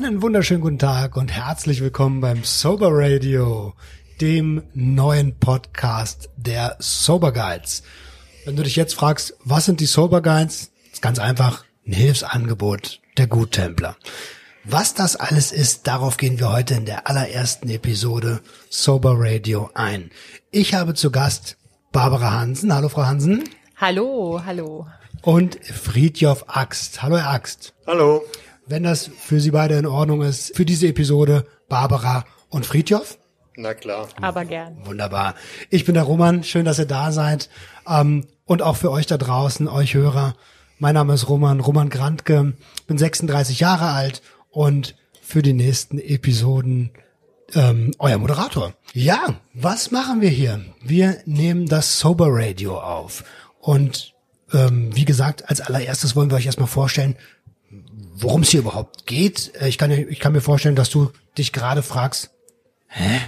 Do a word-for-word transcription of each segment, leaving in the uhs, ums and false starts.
Einen wunderschönen guten Tag und herzlich willkommen beim Sober Radio, dem neuen Podcast der Sober Guides. Wenn du dich jetzt fragst, was sind die Sober Guides? Ist ganz einfach ein Hilfsangebot der Guttempler. Was das alles ist, darauf gehen wir heute in der allerersten Episode Sober Radio ein. Ich habe zu Gast Barbara Hansen. Hallo, Frau Hansen. Hallo, hallo. Und Fridtjof Axt. Hallo, Herr Axt. Hallo. Wenn das für Sie beide in Ordnung ist, für diese Episode Barbara und Fridtjof? Na klar. Aber gern. Wunderbar. Ich bin der Roman. Schön, dass ihr da seid. Ähm, und auch für euch da draußen, euch Hörer. Mein Name ist Roman, Roman Grantke. Bin sechsunddreißig Jahre alt und für die nächsten Episoden ähm, euer Moderator. Ja, was machen wir hier? Wir nehmen das Sober Radio auf. Und ähm, wie gesagt, als allererstes wollen wir euch erstmal vorstellen, worum es hier überhaupt geht. Ich kann, ich kann mir vorstellen, dass du dich gerade fragst, hä?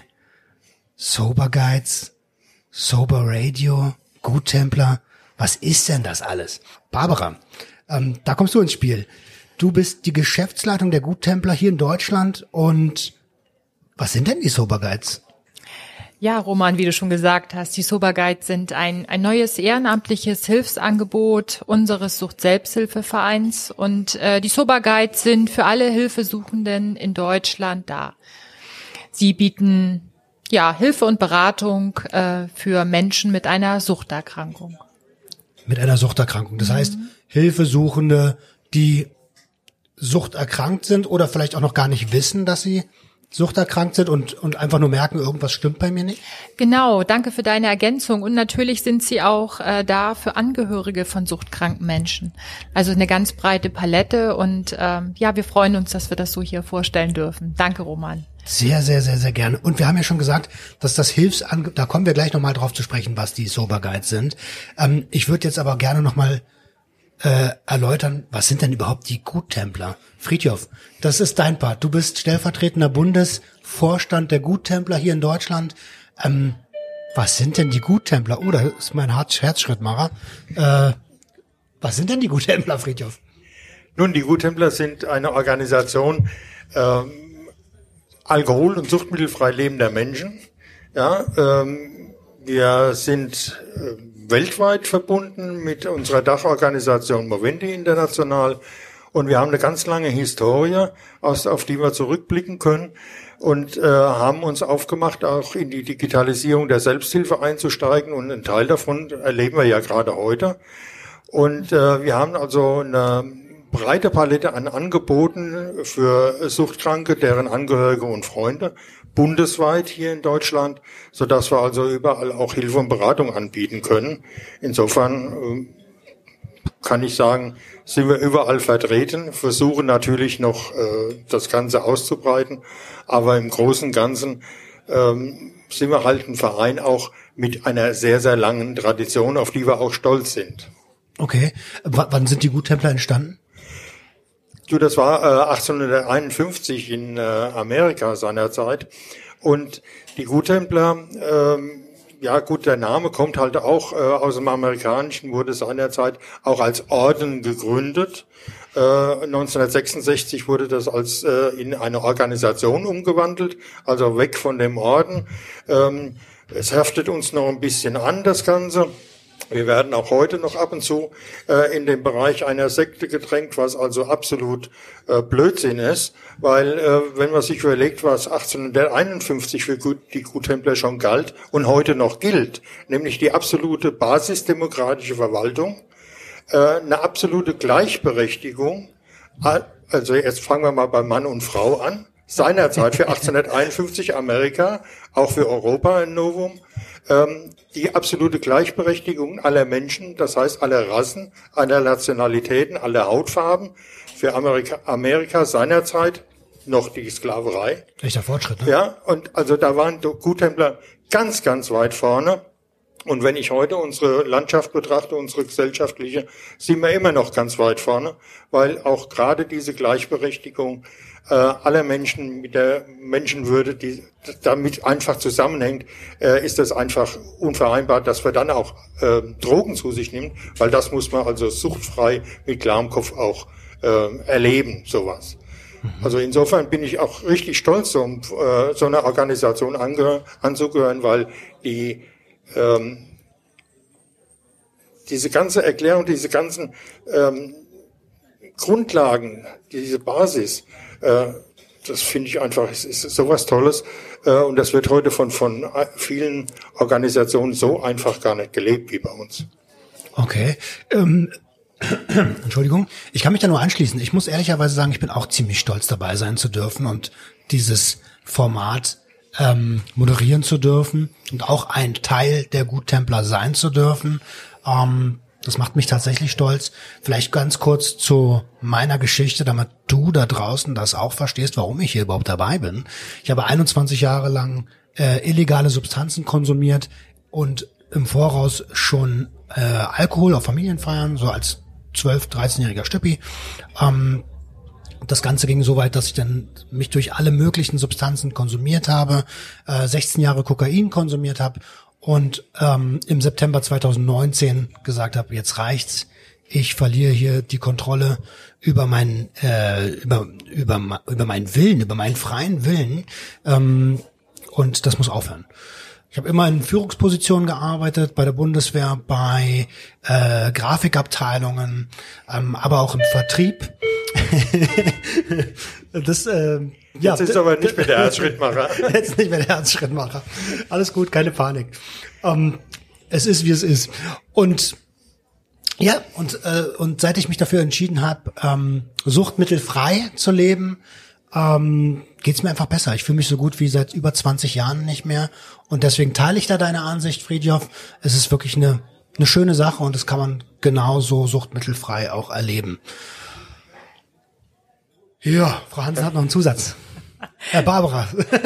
Sober Guides, Sober Radio, Guttempler, was ist denn das alles? Barbara, ähm, da kommst du ins Spiel. Du bist die Geschäftsleitung der Guttempler hier in Deutschland und was sind denn die Sober Guides? Ja, Roman, wie du schon gesagt hast, die Sober Guides sind ein, ein neues ehrenamtliches Hilfsangebot unseres Sucht-Selbsthilfevereins und äh, die Sober Guides sind für alle Hilfesuchenden in Deutschland da. Sie bieten ja Hilfe und Beratung äh, für Menschen mit einer Suchterkrankung. Mit einer Suchterkrankung, das mhm. heißt Hilfesuchende, die suchterkrankt sind oder vielleicht auch noch gar nicht wissen, dass sie suchterkrankt sind und und einfach nur merken, irgendwas stimmt bei mir nicht? Genau, danke für deine Ergänzung. Und natürlich sind sie auch äh, da für Angehörige von suchtkranken Menschen. Also eine ganz breite Palette und ähm, ja, wir freuen uns, dass wir das so hier vorstellen dürfen. Danke, Roman. Sehr, sehr, sehr, sehr gerne. Und wir haben ja schon gesagt, dass das Hilfsangebot, da kommen wir gleich nochmal drauf zu sprechen, was die Sober Guides sind. Ähm, ich würde jetzt aber gerne nochmal äh, erläutern, was sind denn überhaupt die Guttempler? Fridtjof, das ist dein Part. Du bist stellvertretender Bundesvorstand der Guttempler hier in Deutschland. Ähm, was sind denn die Guttempler? Oh, das ist mein Herzschrittmacher. Äh, was sind denn die Guttempler, Fridtjof? Nun, die Guttempler sind eine Organisation ähm, alkohol- und suchtmittelfrei lebender Menschen. Ja, ähm, wir sind äh, weltweit verbunden mit unserer Dachorganisation Moventi International. Und wir haben eine ganz lange Historie, aus, auf die wir zurückblicken können und äh, haben uns aufgemacht, auch in die Digitalisierung der Selbsthilfe einzusteigen. Und einen Teil davon erleben wir ja gerade heute. Und äh, wir haben also eine breite Palette an Angeboten für Suchtkranke, deren Angehörige und Freunde, bundesweit hier in Deutschland, sodass wir also überall auch Hilfe und Beratung anbieten können. Insofern äh, kann ich sagen, sind wir überall vertreten, versuchen natürlich noch äh, das Ganze auszubreiten, aber im Großen und Ganzen ähm, sind wir halt ein Verein auch mit einer sehr, sehr langen Tradition, auf die wir auch stolz sind. Okay, w- wann sind die Guttempler entstanden? Du, das war äh, achtzehnhunderteinundfünfzig in äh, Amerika seinerzeit und die Guttempler, ähm, ja gut, der Name kommt halt auch äh, aus dem Amerikanischen, wurde seinerzeit auch als Orden gegründet. Äh, neunzehnhundertsechsundsechzig wurde das als äh, in eine Organisation umgewandelt, also weg von dem Orden. Ähm, es haftet uns noch ein bisschen an, das Ganze. Wir werden auch heute noch ab und zu äh, in den Bereich einer Sekte gedrängt, was also absolut äh, Blödsinn ist, weil äh, wenn man sich überlegt, was achtzehnhunderteinundfünfzig für gut, die Guttempler schon galt und heute noch gilt, nämlich die absolute basisdemokratische Verwaltung, äh, eine absolute Gleichberechtigung, also jetzt fangen wir mal bei Mann und Frau an, seinerzeit für achtzehnhunderteinundfünfzig Amerika, auch für Europa ein Novum, ähm, die absolute Gleichberechtigung aller Menschen, das heißt aller Rassen, aller Nationalitäten, aller Hautfarben, für Amerika, Amerika seinerzeit noch die Sklaverei. Echter Fortschritt, ne? Ja, und also da waren Guttempler ganz, ganz weit vorne. Und wenn ich heute unsere Landschaft betrachte, unsere gesellschaftliche, sind wir immer noch ganz weit vorne, weil auch gerade diese Gleichberechtigung äh, aller Menschen mit der Menschenwürde, die damit einfach zusammenhängt, äh, ist das einfach unvereinbar, dass wir dann auch äh, Drogen zu sich nehmen, weil das muss man also suchtfrei mit klarem Kopf auch äh, erleben, sowas. Also insofern bin ich auch richtig stolz, um äh, so einer Organisation ange- anzugehören, weil die ähm, diese ganze Erklärung, diese ganzen ähm, Grundlagen, diese Basis, äh, das finde ich einfach, es ist sowas Tolles, äh, und das wird heute von von vielen Organisationen so einfach gar nicht gelebt wie bei uns. Okay. Ähm, Entschuldigung, ich kann mich da nur anschließen. Ich muss ehrlicherweise sagen, ich bin auch ziemlich stolz dabei sein zu dürfen und dieses Format ähm, moderieren zu dürfen und auch ein Teil der Guttempler sein zu dürfen. Ähm, das macht mich tatsächlich stolz. Vielleicht ganz kurz zu meiner Geschichte, damit du da draußen das auch verstehst, warum ich hier überhaupt dabei bin. Ich habe einundzwanzig Jahre lang äh, illegale Substanzen konsumiert und im Voraus schon äh, Alkohol auf Familienfeiern, so als zwölf-, dreizehnjähriger Stüppi. Ähm, das Ganze ging so weit, dass ich dann mich durch alle möglichen Substanzen konsumiert habe, äh, sechzehn Jahre Kokain konsumiert habe und ähm, im September zweitausendneunzehn gesagt habe, jetzt reicht's. Ich verliere hier die Kontrolle über meinen äh, über über über meinen Willen, über meinen freien Willen, ähm, und das muss aufhören. Ich habe immer in Führungspositionen gearbeitet, bei der Bundeswehr, bei äh, Grafikabteilungen, ähm, aber auch im Vertrieb. das, äh, ja, Jetzt ist aber nicht mehr der Herzschrittmacher. Jetzt nicht mehr der Herzschrittmacher. Alles gut, keine Panik. Ähm, es ist, wie es ist. Und ja, und äh, und seit ich mich dafür entschieden habe, ähm, suchtmittelfrei zu leben, ähm, geht's mir einfach besser. Ich fühle mich so gut wie seit über zwanzig Jahren nicht mehr. Und deswegen teile ich da deine Ansicht, Fridtjof. Es ist wirklich eine, eine schöne Sache und das kann man genauso suchtmittelfrei auch erleben. Ja, Frau Hansen hat noch einen Zusatz. Herr Barbara.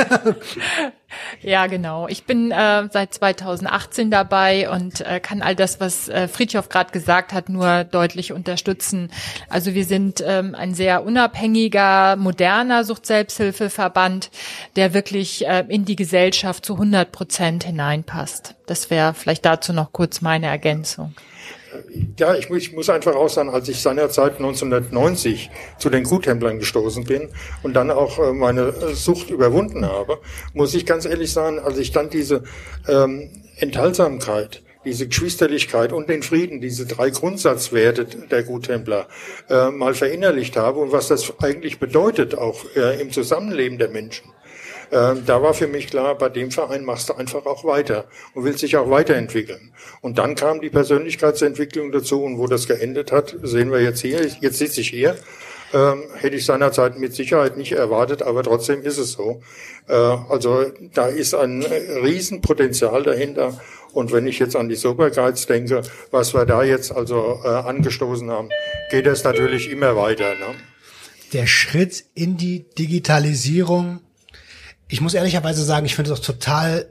Ja, genau. Ich bin äh, seit zweitausendachtzehn dabei und äh, kann all das, was äh, Fridtjof gerade gesagt hat, nur deutlich unterstützen. Also wir sind ähm, ein sehr unabhängiger, moderner Sucht-Selbsthilfeverband, der wirklich äh, in die Gesellschaft zu hundert Prozent hineinpasst. Das wäre vielleicht dazu noch kurz meine Ergänzung. Ja, ich muss, ich muss einfach auch sagen, als ich seinerzeit neunzehnhundertneunzig zu den Guttemplern gestoßen bin und dann auch äh, meine Sucht überwunden habe, muss ich ganz ehrlich sagen, als ich dann diese ähm, Enthaltsamkeit, diese Geschwisterlichkeit und den Frieden, diese drei Grundsatzwerte der Guttempler äh, mal verinnerlicht habe und was das eigentlich bedeutet, auch äh, im Zusammenleben der Menschen. Da war für mich klar, bei dem Verein machst du einfach auch weiter und willst dich auch weiterentwickeln. Und dann kam die Persönlichkeitsentwicklung dazu und wo das geendet hat, sehen wir jetzt hier. Jetzt sitze ich hier. Ähm, hätte ich seinerzeit mit Sicherheit nicht erwartet, aber trotzdem ist es so. Äh, also da ist ein Riesenpotenzial dahinter. Und wenn ich jetzt an die Sober Guides denke, was wir da jetzt also äh, angestoßen haben, geht es natürlich immer weiter. Ne? Der Schritt in die Digitalisierung. Ich muss ehrlicherweise sagen, ich finde es auch total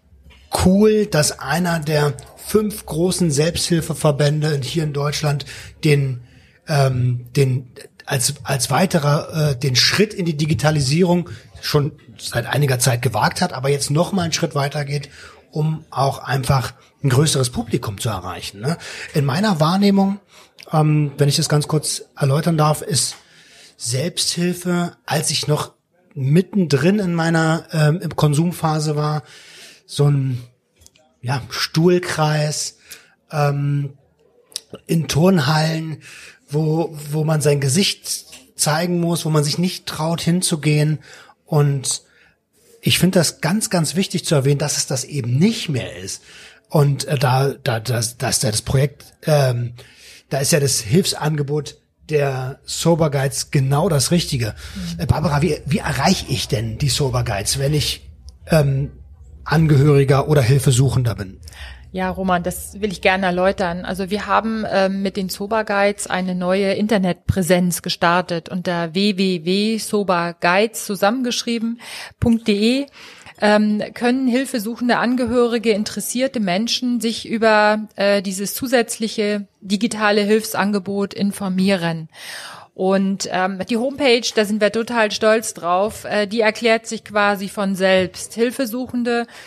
cool, dass einer der fünf großen Selbsthilfeverbände hier in Deutschland den ähm, den als als weiterer äh, den Schritt in die Digitalisierung schon seit einiger Zeit gewagt hat, aber jetzt noch mal einen Schritt weiter geht, um auch einfach ein größeres Publikum zu erreichen. Ne? In meiner Wahrnehmung, ähm, wenn ich das ganz kurz erläutern darf, ist Selbsthilfe, als ich noch mittendrin in meiner ähm, Konsumphase war, so ein ja Stuhlkreis ähm, in Turnhallen, wo wo man sein Gesicht zeigen muss, wo man sich nicht traut hinzugehen. Und ich finde das ganz ganz wichtig zu erwähnen, dass es das eben nicht mehr ist. Und äh, da da das das ja das Projekt, ähm, da ist ja das Hilfsangebot der Sober Guides genau das Richtige. Mhm. Barbara, wie, wie erreiche ich denn die Sober Guides, wenn ich ähm, Angehöriger oder Hilfesuchender bin? Ja, Roman, das will ich gerne erläutern. Also wir haben ähm, mit den Sober Guides eine neue Internetpräsenz gestartet unter w w w punkt soberguides zusammengeschrieben punkt de. Ähm, können hilfesuchende Angehörige, interessierte Menschen sich über äh, dieses zusätzliche digitale Hilfsangebot informieren. Und ähm, die Homepage, da sind wir total stolz drauf, äh, die erklärt sich quasi von selbst. Hilfesuchende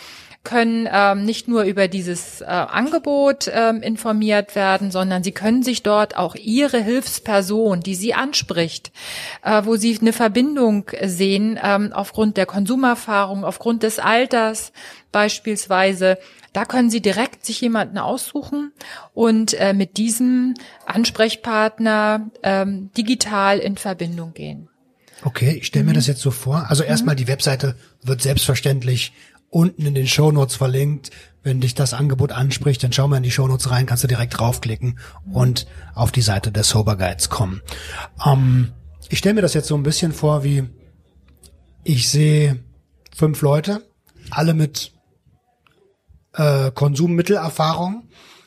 können ähm, nicht nur über dieses äh, Angebot ähm, informiert werden, sondern sie können sich dort auch ihre Hilfsperson, die sie anspricht, äh, wo sie eine Verbindung sehen, ähm, aufgrund der Konsumerfahrung, aufgrund des Alters beispielsweise, da können Sie direkt sich jemanden aussuchen und äh, mit diesem Ansprechpartner ähm, digital in Verbindung gehen. Okay, ich stelle mir mhm. das jetzt so vor. Also erstmal die Webseite wird selbstverständlich unten in den Shownotes verlinkt. Wenn dich das Angebot anspricht, dann schau mal in die Shownotes rein, kannst du direkt draufklicken und auf die Seite der Sober Guides kommen. Ähm, ich stelle mir das jetzt so ein bisschen vor, wie ich sehe fünf Leute, alle mit äh, Konsummittelerfahrung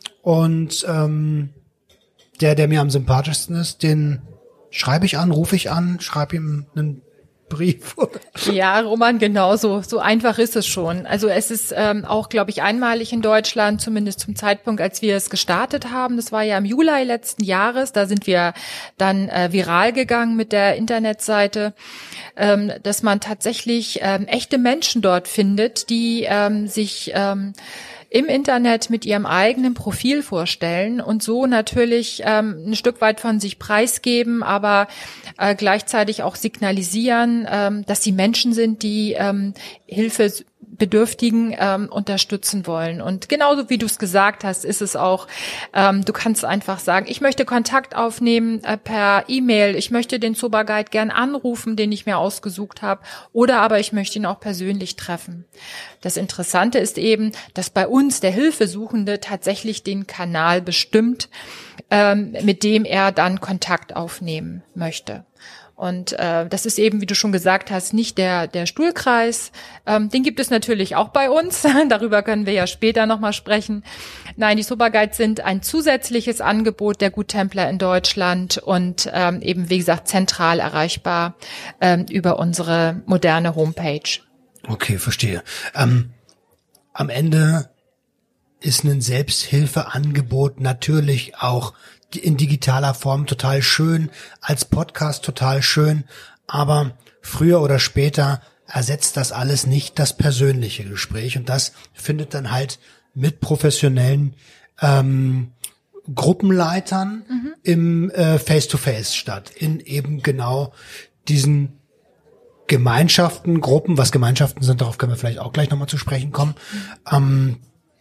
und ähm, der, der mir am sympathischsten ist, den schreibe ich an, rufe ich an, schreibe ihm einen Brief. Ja, Roman, genau so, so einfach ist es schon. Also es ist ähm, auch, glaube ich, einmalig in Deutschland, zumindest zum Zeitpunkt, als wir es gestartet haben. Das war ja im Juli letzten Jahres. Da sind wir dann äh, viral gegangen mit der Internetseite, ähm, dass man tatsächlich ähm, echte Menschen dort findet, die ähm, sich ähm, im Internet mit ihrem eigenen Profil vorstellen und so natürlich ähm, ein Stück weit von sich preisgeben, aber äh, gleichzeitig auch signalisieren, ähm, dass sie Menschen sind, die ähm, Hilfebedürftigen ähm, unterstützen wollen. Und genauso wie du es gesagt hast, ist es auch, ähm, du kannst einfach sagen, ich möchte Kontakt aufnehmen äh, per E-Mail, ich möchte den Sober Guide gern anrufen, den ich mir ausgesucht habe, oder aber ich möchte ihn auch persönlich treffen. Das Interessante ist eben, dass bei uns der Hilfesuchende tatsächlich den Kanal bestimmt, ähm, mit dem er dann Kontakt aufnehmen möchte. Und äh, das ist eben, wie du schon gesagt hast, nicht der der Stuhlkreis. Ähm, den gibt es natürlich auch bei uns. Darüber können wir ja später nochmal sprechen. Nein, die Sober Guides sind ein zusätzliches Angebot der Guttempler in Deutschland und ähm, eben, wie gesagt, zentral erreichbar ähm, über unsere moderne Homepage. Okay, verstehe. Ähm, am Ende ist ein Selbsthilfeangebot natürlich auch in digitaler Form total schön, als Podcast total schön, aber früher oder später ersetzt das alles nicht das persönliche Gespräch und das findet dann halt mit professionellen ähm, Gruppenleitern mhm. im äh, Face-to-Face statt, in eben genau diesen Gemeinschaften, Gruppen, was Gemeinschaften sind, darauf können wir vielleicht auch gleich nochmal zu sprechen kommen. Mhm. Ähm,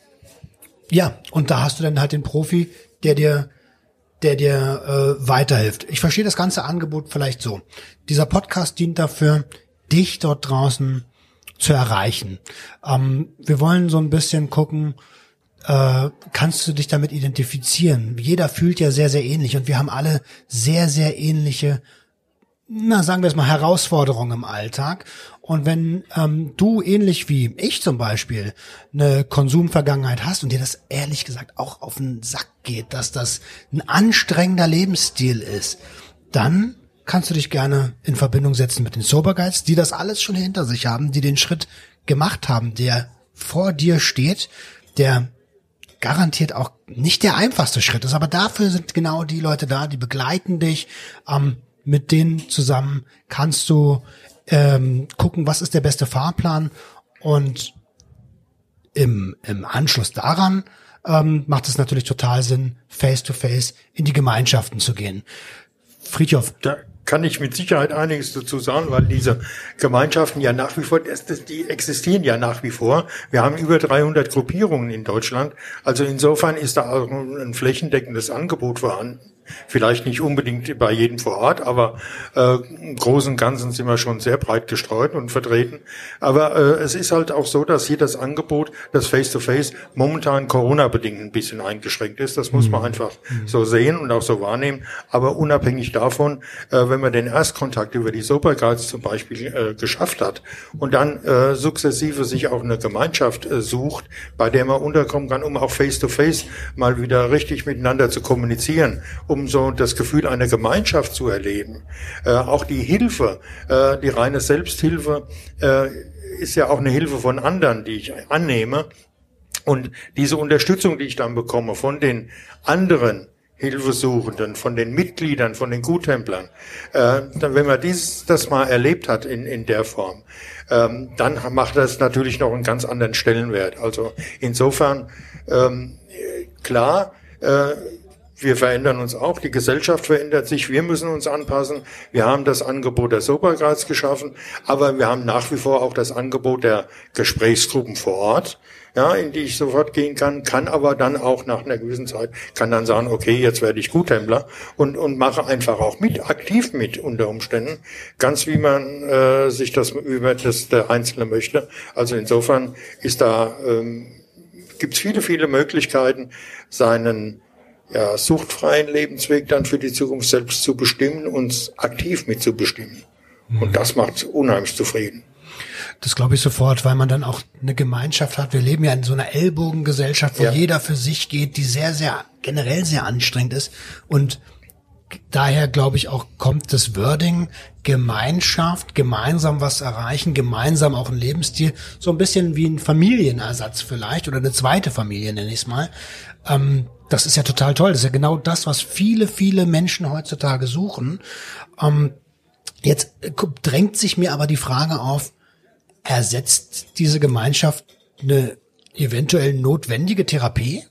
ja, und da hast du dann halt den Profi, der dir der dir äh, weiterhilft. Ich verstehe das ganze Angebot vielleicht so. Dieser Podcast dient dafür, dich dort draußen zu erreichen. Ähm, wir wollen so ein bisschen gucken, äh, kannst du dich damit identifizieren? Jeder fühlt ja sehr, sehr ähnlich und wir haben alle sehr, sehr ähnliche, na sagen wir es mal, Herausforderungen im Alltag. Und wenn ähm, du ähnlich wie ich zum Beispiel eine Konsumvergangenheit hast und dir das ehrlich gesagt auch auf den Sack geht, dass das ein anstrengender Lebensstil ist, dann kannst du dich gerne in Verbindung setzen mit den Sober Guides, die das alles schon hinter sich haben, die den Schritt gemacht haben, der vor dir steht, der garantiert auch nicht der einfachste Schritt ist, aber dafür sind genau die Leute da, die begleiten dich. Ähm, mit denen zusammen kannst du ähm, gucken, was ist der beste Fahrplan und im, im Anschluss daran ähm, macht es natürlich total Sinn, face-to-face in die Gemeinschaften zu gehen. Friedhof. Da kann ich mit Sicherheit einiges dazu sagen, weil diese Gemeinschaften ja nach wie vor, die existieren ja nach wie vor. Wir haben über dreihundert Gruppierungen in Deutschland. Also insofern ist da auch ein flächendeckendes Angebot vorhanden. Vielleicht nicht unbedingt bei jedem vor Ort, aber äh, im Großen und Ganzen sind wir schon sehr breit gestreut und vertreten. Aber äh, es ist halt auch so, dass hier das Angebot, das Face-to-Face, momentan Corona-bedingt ein bisschen eingeschränkt ist. Das muss man einfach mhm. so sehen und auch so wahrnehmen. Aber unabhängig davon, äh, wenn man den Erstkontakt über die Sober Guides zum Beispiel äh, geschafft hat und dann äh, sukzessive sich auch eine Gemeinschaft äh, sucht, bei der man unterkommen kann, um auch Face-to-Face mal wieder richtig miteinander zu kommunizieren, um so das Gefühl einer Gemeinschaft zu erleben. Äh, auch die Hilfe, äh, die reine Selbsthilfe, äh, ist ja auch eine Hilfe von anderen, die ich annehme. Und diese Unterstützung, die ich dann bekomme von den anderen Hilfesuchenden, von den Mitgliedern, von den Guttemplern, äh, dann, wenn man dieses, das mal erlebt hat in, in der Form, ähm, dann macht das natürlich noch einen ganz anderen Stellenwert. Also insofern, ähm, klar, äh, wir verändern uns auch, die Gesellschaft verändert sich, wir müssen uns anpassen. Wir haben das Angebot der Sober Guides geschaffen, aber wir haben nach wie vor auch das Angebot der Gesprächsgruppen vor Ort, ja, in die ich sofort gehen kann, kann aber dann auch nach einer gewissen Zeit, kann dann sagen, okay, jetzt werde ich Guttempler und und mache einfach auch mit, aktiv mit unter Umständen, ganz wie man äh, sich das über das der Einzelne möchte. Also insofern ist da ähm, gibt es viele, viele Möglichkeiten, seinen ja, suchtfreien Lebensweg dann für die Zukunft selbst zu bestimmen und aktiv mitzubestimmen. Mhm. Und das macht unheimlich zufrieden. Das glaube ich sofort, weil man dann auch eine Gemeinschaft hat. Wir leben ja in so einer Ellbogengesellschaft, wo ja. jeder für sich geht, die sehr, sehr, generell sehr anstrengend ist. Und daher glaube ich auch kommt das Wording Gemeinschaft, gemeinsam was erreichen, gemeinsam auch ein Lebensstil, so ein bisschen wie ein Familienersatz vielleicht oder eine zweite Familie nenne ich es mal. Ähm, das ist ja total toll. Das ist ja genau das, was viele, viele Menschen heutzutage suchen. Ähm, jetzt drängt sich mir aber die Frage auf, ersetzt diese Gemeinschaft eine eventuell notwendige Therapie?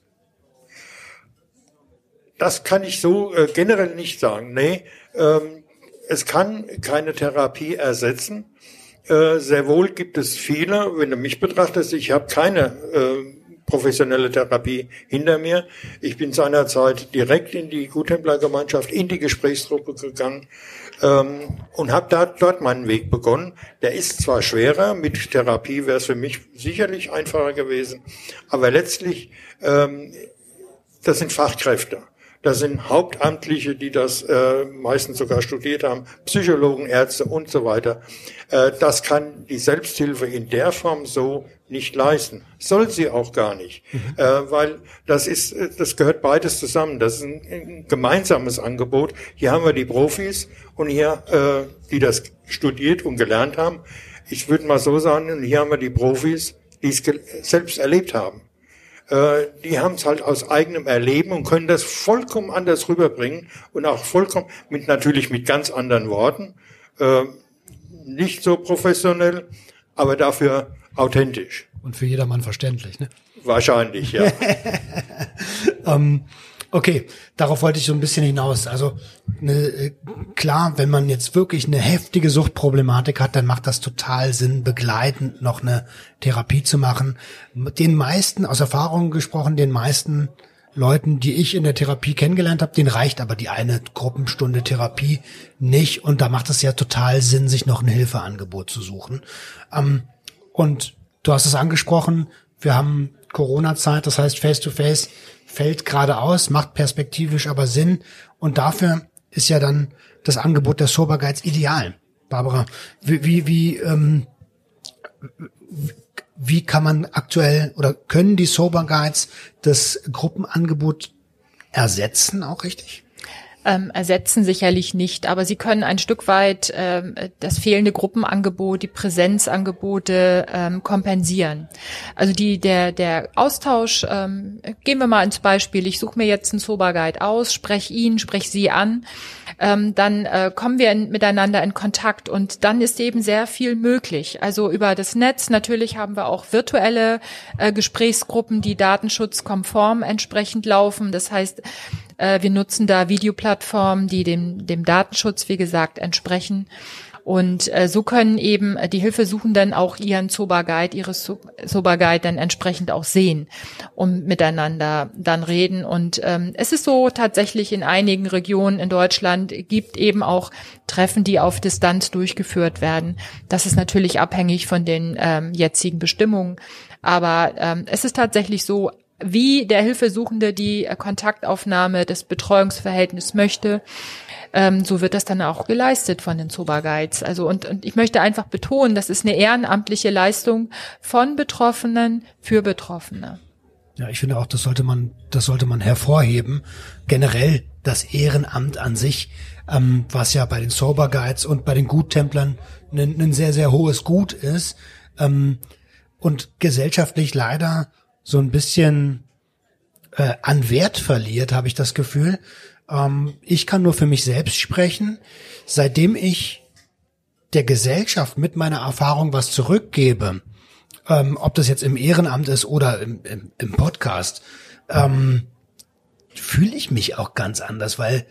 Das kann ich so äh, generell nicht sagen. Nee, ähm, es kann keine Therapie ersetzen. Äh, sehr wohl gibt es viele, wenn du mich betrachtest, ich habe keine äh, professionelle Therapie hinter mir. Ich bin seinerzeit direkt in die Guttemplergemeinschaft, in die Gesprächsgruppe gegangen ähm, und habe da, dort meinen Weg begonnen. Der ist zwar schwerer, mit Therapie wäre es für mich sicherlich einfacher gewesen, aber letztlich, ähm, das sind Fachkräfte. Das sind Hauptamtliche, die das äh, meistens sogar studiert haben, Psychologen, Ärzte und so weiter. Äh, das kann die Selbsthilfe in der Form so nicht leisten. Soll sie auch gar nicht. Mhm. Äh, weil das ist, das gehört beides zusammen. Das ist ein, ein gemeinsames Angebot. Hier haben wir die Profis und hier, äh, die das studiert und gelernt haben. Ich würde mal so sagen, und hier haben wir die Profis, die es selbst erlebt haben. Die haben es halt aus eigenem Erleben und können das vollkommen anders rüberbringen und auch vollkommen mit natürlich mit ganz anderen Worten, äh, nicht so professionell, aber dafür authentisch. Und für jedermann verständlich, ne? Wahrscheinlich, ja. um, okay, darauf wollte ich so ein bisschen hinaus. Also ne, klar, wenn man jetzt wirklich eine heftige Suchtproblematik hat, dann macht das total Sinn, begleitend noch eine Therapie zu machen. Den meisten, aus Erfahrung gesprochen, den meisten Leuten, die ich in der Therapie kennengelernt habe, denen reicht aber die eine Gruppenstunde Therapie nicht. Und da macht es ja total Sinn, sich noch ein Hilfeangebot zu suchen. Um, und du hast es angesprochen, wir haben Corona-Zeit, das heißt Face-to-Face fällt gerade aus, macht perspektivisch aber Sinn. Und dafür ist ja dann das Angebot der Sober Guides ideal. Barbara, wie, wie, wie, ähm, wie kann man aktuell oder können die Sober Guides das Gruppenangebot ersetzen, auch richtig? Ähm, ersetzen sicherlich nicht, aber sie können ein Stück weit ähm, das fehlende Gruppenangebot, die Präsenzangebote ähm, kompensieren. Also die der der Austausch, ähm, gehen wir mal ins Beispiel, ich suche mir jetzt einen Sober Guide aus, spreche ihn, spreche sie an, ähm, dann äh, kommen wir in, miteinander in Kontakt und dann ist eben sehr viel möglich. Also über das Netz, natürlich haben wir auch virtuelle äh, Gesprächsgruppen, die datenschutzkonform entsprechend laufen, das heißt, wir nutzen da Videoplattformen, die dem, dem Datenschutz, wie gesagt, entsprechen. Und äh, so können eben die Hilfesuchenden auch ihren Sober Guide, ihre Sober Guide dann entsprechend auch sehen und miteinander dann reden. Und ähm, es ist so tatsächlich in einigen Regionen in Deutschland gibt eben auch Treffen, die auf Distanz durchgeführt werden. Das ist natürlich abhängig von den ähm, jetzigen Bestimmungen. Aber ähm, es ist tatsächlich so, wie der Hilfesuchende die Kontaktaufnahme des Betreuungsverhältnisses möchte, ähm, so wird das dann auch geleistet von den Sober Guides. Also und, und ich möchte einfach betonen, das ist eine ehrenamtliche Leistung von Betroffenen für Betroffene. Ja, ich finde auch, das sollte man, das sollte man hervorheben. Generell das Ehrenamt an sich, ähm, was ja bei den Sober Guides und bei den Guttemplern ein, ein sehr, sehr hohes Gut ist, ähm, und gesellschaftlich leider so ein bisschen äh, an Wert verliert, habe ich das Gefühl. Ähm, ich kann nur für mich selbst sprechen. Seitdem ich der Gesellschaft mit meiner Erfahrung was zurückgebe, ähm, ob das jetzt im Ehrenamt ist oder im, im, im Podcast, ähm, fühle ich mich auch ganz anders, weil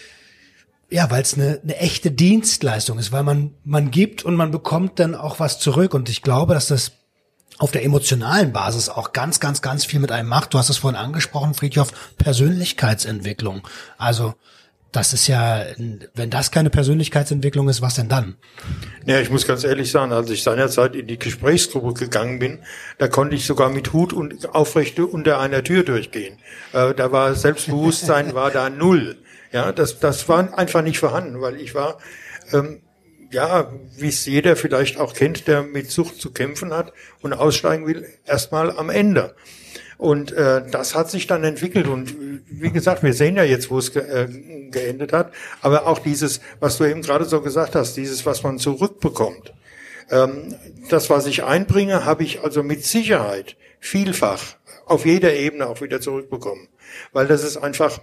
ja, weil es eine, eine echte Dienstleistung ist, weil man man gibt und man bekommt dann auch was zurück. Und ich glaube, dass das auf der emotionalen Basis auch ganz, ganz, ganz viel mit einem macht. Du hast es vorhin angesprochen, Frithjof, Persönlichkeitsentwicklung. Also das ist ja, wenn das keine Persönlichkeitsentwicklung ist, was denn dann? Ja, ich muss ganz ehrlich sagen, als ich seinerzeit in die Gesprächsgruppe gegangen bin, da konnte ich sogar mit Hut und aufrecht unter einer Tür durchgehen. Äh, da war Selbstbewusstsein war da null. Ja, das das war einfach nicht vorhanden, weil ich war ähm, ja, wie es jeder vielleicht auch kennt, der mit Sucht zu kämpfen hat und aussteigen will, erstmal am Ende. Und äh, das hat sich dann entwickelt. Und wie gesagt, wir sehen ja jetzt, wo es ge äh, geendet hat. Aber auch dieses, was du eben gerade so gesagt hast, dieses, was man zurückbekommt. Ähm, das, was ich einbringe, habe ich also mit Sicherheit vielfach auf jeder Ebene auch wieder zurückbekommen. Weil das ist einfach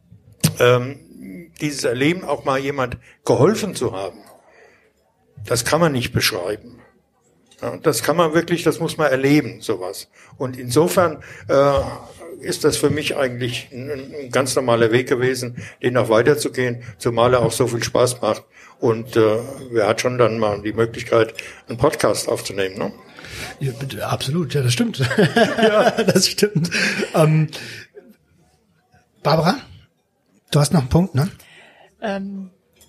ähm, dieses Erleben, auch mal jemand geholfen zu haben. Das kann man nicht beschreiben. Ja, das kann man wirklich, das muss man erleben, sowas. Und insofern äh, ist das für mich eigentlich ein, ein ganz normaler Weg gewesen, den auch weiterzugehen, zumal er auch so viel Spaß macht. Und äh, wer hat schon dann mal die Möglichkeit, einen Podcast aufzunehmen, ne? Ja, bitte, absolut, ja, das stimmt. Ja, das stimmt. Ähm, Barbara, du hast noch einen Punkt, ne? Ähm.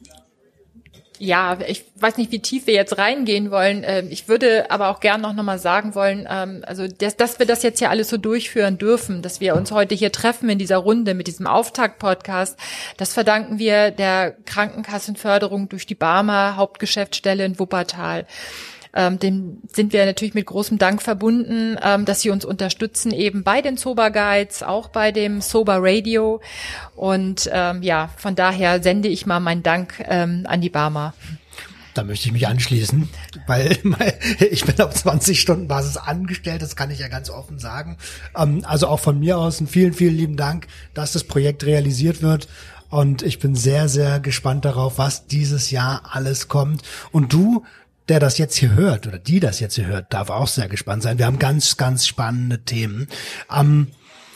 Ja, ich weiß nicht, wie tief wir jetzt reingehen wollen. Ich würde aber auch gern noch mal sagen wollen, also dass, dass wir das jetzt hier alles so durchführen dürfen, dass wir uns heute hier treffen in dieser Runde mit diesem Auftakt-Podcast, das verdanken wir der Krankenkassenförderung durch die Barmer Hauptgeschäftsstelle in Wuppertal. Ähm, dem sind wir natürlich mit großem Dank verbunden, ähm, dass sie uns unterstützen, eben bei den Sober Guides, auch bei dem Sober Radio. Und ähm, ja, von daher sende ich mal meinen Dank ähm, an die Barmer. Da möchte ich mich anschließen, weil ich bin auf zwanzig Stunden Basis angestellt, das kann ich ja ganz offen sagen. Ähm, also auch von mir aus einen vielen, vielen lieben Dank, dass das Projekt realisiert wird. Und ich bin sehr, sehr gespannt darauf, was dieses Jahr alles kommt. Und du, der das jetzt hier hört oder die das jetzt hier hört, darf auch sehr gespannt sein. Wir haben ganz, ganz spannende Themen. Ähm,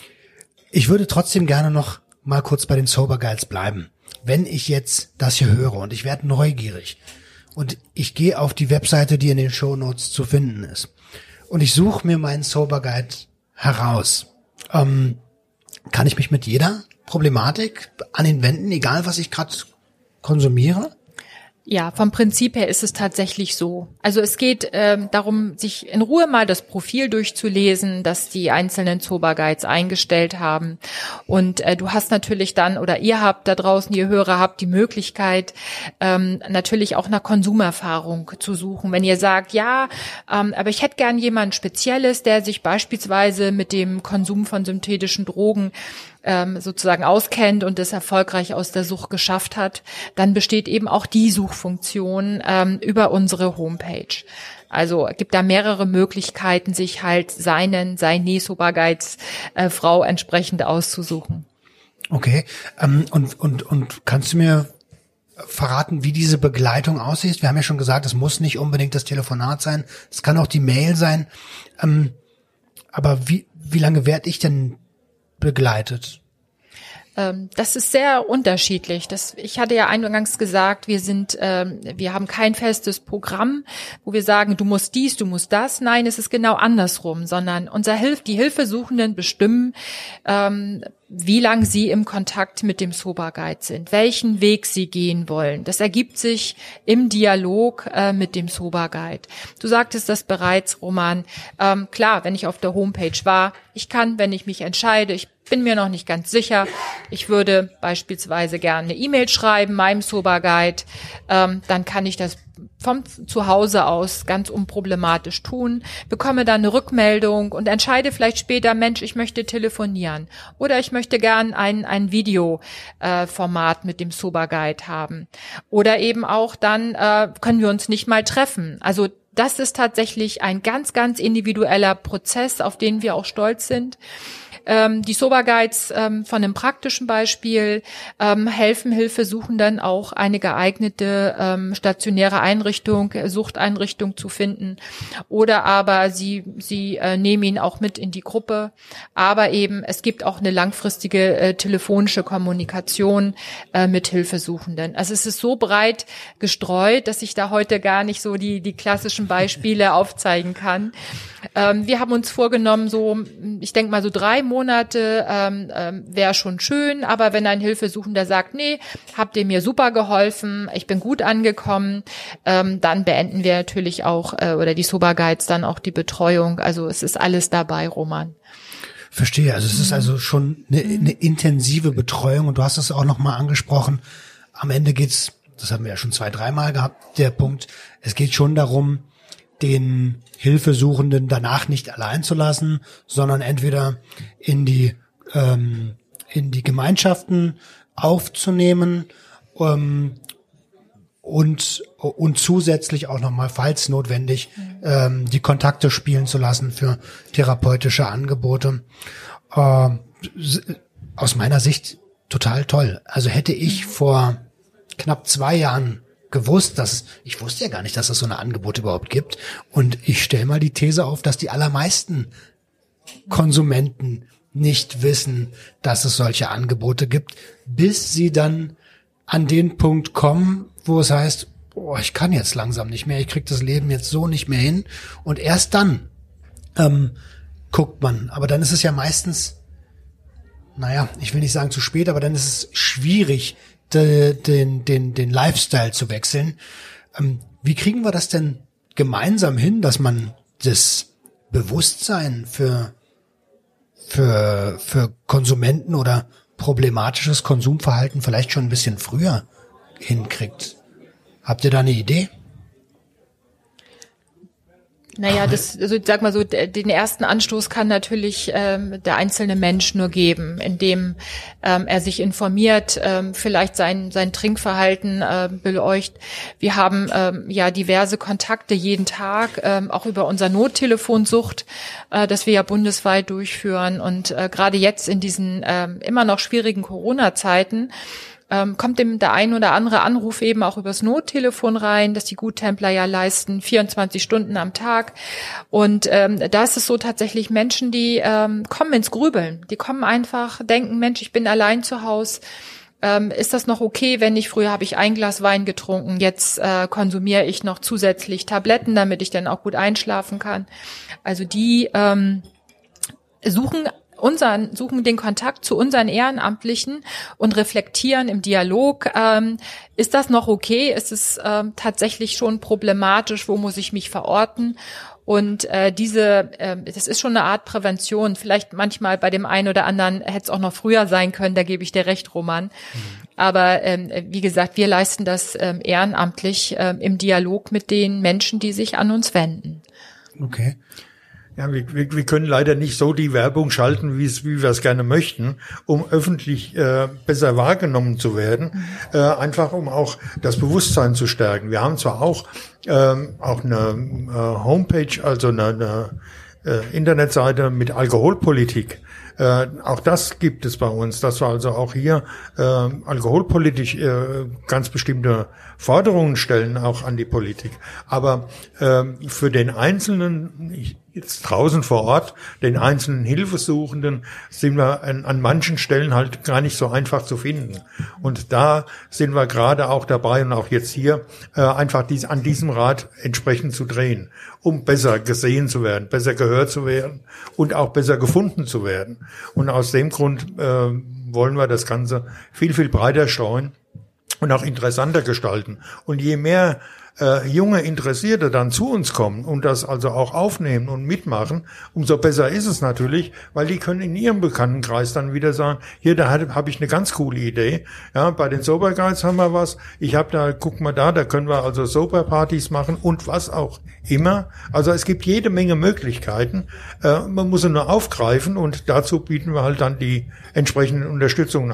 ich würde trotzdem gerne noch mal kurz bei den Sober Guides bleiben. Wenn ich jetzt das hier höre und ich werde neugierig und ich gehe auf die Webseite, die in den Shownotes zu finden ist und ich suche mir meinen Sober Guide heraus, ähm, kann ich mich mit jeder Problematik an ihn wenden, egal was ich gerade konsumiere? Ja, vom Prinzip her ist es tatsächlich so. Also es geht ähm, darum, sich in Ruhe mal das Profil durchzulesen, das die einzelnen Sober Guides eingestellt haben. Und äh, du hast natürlich dann, oder ihr habt da draußen, ihr Hörer habt die Möglichkeit, ähm, natürlich auch nach Konsumerfahrung zu suchen. Wenn ihr sagt, ja, ähm, aber ich hätte gern jemand Spezielles, der sich beispielsweise mit dem Konsum von synthetischen Drogen ähm, sozusagen auskennt und es erfolgreich aus der Sucht geschafft hat, dann besteht eben auch die Suchfunktion ähm, über unsere Homepage. Also gibt da mehrere Möglichkeiten, sich halt seinen, seine Sober Guides äh, Frau entsprechend auszusuchen. Okay, ähm, und und und kannst du mir verraten, wie diese Begleitung aussieht? Wir haben ja schon gesagt, es muss nicht unbedingt das Telefonat sein, es kann auch die Mail sein. Ähm, aber wie wie lange werde ich denn begleitet? Das ist sehr unterschiedlich. Das, ich hatte ja eingangs gesagt, wir sind, ähm, wir haben kein festes Programm, wo wir sagen, du musst dies, du musst das. Nein, es ist genau andersrum, sondern unser Hilf, die Hilfesuchenden bestimmen, ähm, wie lang sie im Kontakt mit dem Sober Guide sind, welchen Weg sie gehen wollen. Das ergibt sich im Dialog äh, mit dem Sober Guide. Du sagtest das bereits, Roman. Ähm, klar, wenn ich auf der Homepage war, ich kann, wenn ich mich entscheide, ich bin mir noch nicht ganz sicher, ich würde beispielsweise gerne eine E-Mail schreiben, meinem Sober Guide, ähm, dann kann ich das vom Zuhause aus ganz unproblematisch tun, bekomme dann eine Rückmeldung und entscheide vielleicht später, Mensch, ich möchte telefonieren oder ich möchte gern ein, ein Videoformat äh, mit dem Sober Guide haben. Oder eben auch dann äh, können wir uns nicht mal treffen. Also das ist tatsächlich ein ganz, ganz individueller Prozess, auf den wir auch stolz sind. Ähm, die Sober Guides ähm, von einem praktischen Beispiel ähm, helfen Hilfesuchenden auch eine geeignete ähm, stationäre Einrichtung, Suchteinrichtung zu finden, oder aber sie sie äh, nehmen ihn auch mit in die Gruppe. Aber eben es gibt auch eine langfristige äh, telefonische Kommunikation äh, mit Hilfesuchenden. Also es ist so breit gestreut, dass ich da heute gar nicht so die die klassischen Beispiele aufzeigen kann. Ähm, wir haben uns vorgenommen, so ich denke mal so drei Monate ähm, ähm, wäre schon schön, aber wenn ein Hilfesuchender sagt, nee, habt ihr mir super geholfen, ich bin gut angekommen, ähm, dann beenden wir natürlich auch, äh, oder die Sober Guides dann auch die Betreuung. Also es ist alles dabei, Roman. Verstehe, also es ist also schon eine, eine intensive Betreuung, und du hast es auch nochmal angesprochen, am Ende geht's, das haben wir ja schon zwei, dreimal gehabt, der Punkt, es geht schon darum, den Hilfesuchenden danach nicht allein zu lassen, sondern entweder in die ähm, in die Gemeinschaften aufzunehmen ähm, und und zusätzlich auch nochmal, falls notwendig, ähm, die Kontakte spielen zu lassen für therapeutische Angebote. Äh, aus meiner Sicht total toll. Also hätte ich vor knapp zwei Jahren gewusst, dass ich wusste ja gar nicht, dass es so eine Angebote überhaupt gibt. Und ich stelle mal die These auf, dass die allermeisten Konsumenten nicht wissen, dass es solche Angebote gibt, bis sie dann an den Punkt kommen, wo es heißt, boah, ich kann jetzt langsam nicht mehr, ich krieg das Leben jetzt so nicht mehr hin. Und erst dann ähm, guckt man. Aber dann ist es ja meistens, naja, ich will nicht sagen zu spät, aber dann ist es schwierig, den, den, den Lifestyle zu wechseln. Ähm, wie kriegen wir das denn gemeinsam hin, dass man das Bewusstsein für, für, für Konsumenten oder problematisches Konsumverhalten vielleicht schon ein bisschen früher hinkriegt? Habt ihr da eine Idee? Naja, das, also sag mal so, den ersten Anstoß kann natürlich ähm, der einzelne Mensch nur geben, indem ähm, er sich informiert, ähm, vielleicht sein sein Trinkverhalten äh, beleuchtet. Wir haben ähm, ja diverse Kontakte jeden Tag, ähm, auch über unser Nottelefon Sucht, äh, das wir ja bundesweit durchführen. Und äh, gerade jetzt in diesen äh, immer noch schwierigen Corona-Zeiten Ähm, kommt dem der ein oder andere Anruf eben auch übers Nottelefon rein, das die Guttempler ja leisten, vierundzwanzig Stunden am Tag. Und ähm, da ist es so tatsächlich Menschen, die ähm, kommen ins Grübeln. Die kommen einfach, denken, Mensch, ich bin allein zu Hause. Ähm, ist das noch okay, wenn ich, früher habe ich ein Glas Wein getrunken, jetzt äh, konsumiere ich noch zusätzlich Tabletten, damit ich dann auch gut einschlafen kann. Also die ähm, suchen unseren, suchen den Kontakt zu unseren Ehrenamtlichen und reflektieren im Dialog, ähm, ist das noch okay? Ist es ähm, tatsächlich schon problematisch? Wo muss ich mich verorten? Und äh, diese, äh, das ist schon eine Art Prävention. Vielleicht manchmal bei dem einen oder anderen hätte es auch noch früher sein können, da gebe ich dir recht, Roman. Mhm. Aber ähm, wie gesagt, wir leisten das ähm, ehrenamtlich ähm, im Dialog mit den Menschen, die sich an uns wenden. Okay. Ja, wir, wir, wir können leider nicht so die Werbung schalten, wie es, wie wir es gerne möchten, um öffentlich äh, besser wahrgenommen zu werden, mhm. äh, einfach um auch das Bewusstsein zu stärken. Wir haben zwar auch ähm, auch eine äh, Homepage, also eine, eine äh, Internetseite mit Alkoholpolitik. Äh, auch das gibt es bei uns, dass wir also auch hier äh, alkoholpolitisch äh, ganz bestimmte Forderungen stellen, auch an die Politik. Aber äh, für den Einzelnen, ich, jetzt draußen vor Ort, den einzelnen Hilfesuchenden, sind wir an, an manchen Stellen halt gar nicht so einfach zu finden. Und da sind wir gerade auch dabei und auch jetzt hier äh, einfach dies, an diesem Rad entsprechend zu drehen, um besser gesehen zu werden, besser gehört zu werden und auch besser gefunden zu werden. Und aus dem Grund äh, wollen wir das Ganze viel, viel breiter streuen und auch interessanter gestalten. Und je mehr äh, junge Interessierte dann zu uns kommen und das also auch aufnehmen und mitmachen, umso besser ist es natürlich, weil die können in ihrem Bekanntenkreis dann wieder sagen, hier, da habe ich eine ganz coole Idee. Ja, bei den Sober Guides haben wir was. Ich habe da, guck mal da, da können wir also Sober-Partys machen und was auch immer. Also es gibt jede Menge Möglichkeiten. Äh, man muss sie nur aufgreifen und dazu bieten wir halt dann die entsprechenden Unterstützungen an.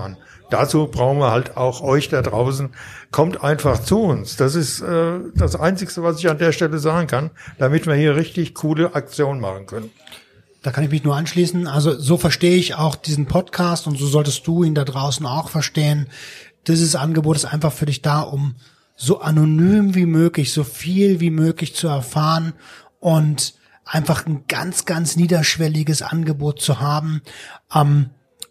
dazu brauchen wir halt auch euch da draußen. Kommt einfach zu uns. Das ist äh, das Einzige, was ich an der Stelle sagen kann, damit wir hier richtig coole Aktionen machen können. Da kann ich mich nur anschließen. Also so verstehe ich auch diesen Podcast und so solltest du ihn da draußen auch verstehen. Dieses Angebot ist einfach für dich da, um so anonym wie möglich, so viel wie möglich zu erfahren und einfach ein ganz, ganz niederschwelliges Angebot zu haben. Ähm,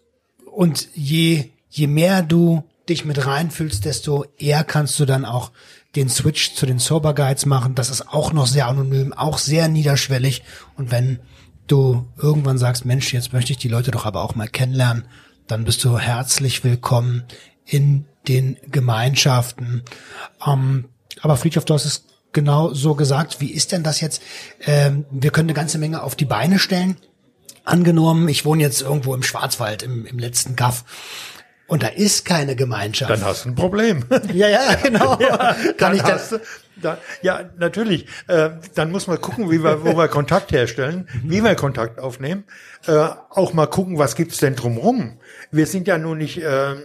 und je, je mehr du dich mit reinfühlst, desto eher kannst du dann auch den Switch zu den Sober Guides machen. Das ist auch noch sehr anonym, auch sehr niederschwellig. Und wenn du irgendwann sagst, Mensch, jetzt möchte ich die Leute doch aber auch mal kennenlernen, dann bist du herzlich willkommen in den Gemeinschaften. Ähm, aber Frithjof, du hast es genau so gesagt. Wie ist denn das jetzt? Ähm, wir können eine ganze Menge auf die Beine stellen. Angenommen, ich wohne jetzt irgendwo im Schwarzwald, im, im letzten Kaff. Und da ist keine Gemeinschaft. Dann hast du ein Problem. Ja, ja, genau. Ja, Kann ich das? Du, da, ja, natürlich. Äh, dann muss man gucken, wie wir, wo wir Kontakt herstellen, wie wir Kontakt aufnehmen. Äh, auch mal gucken, was gibt's denn drumherum. Wir sind ja nun nicht äh,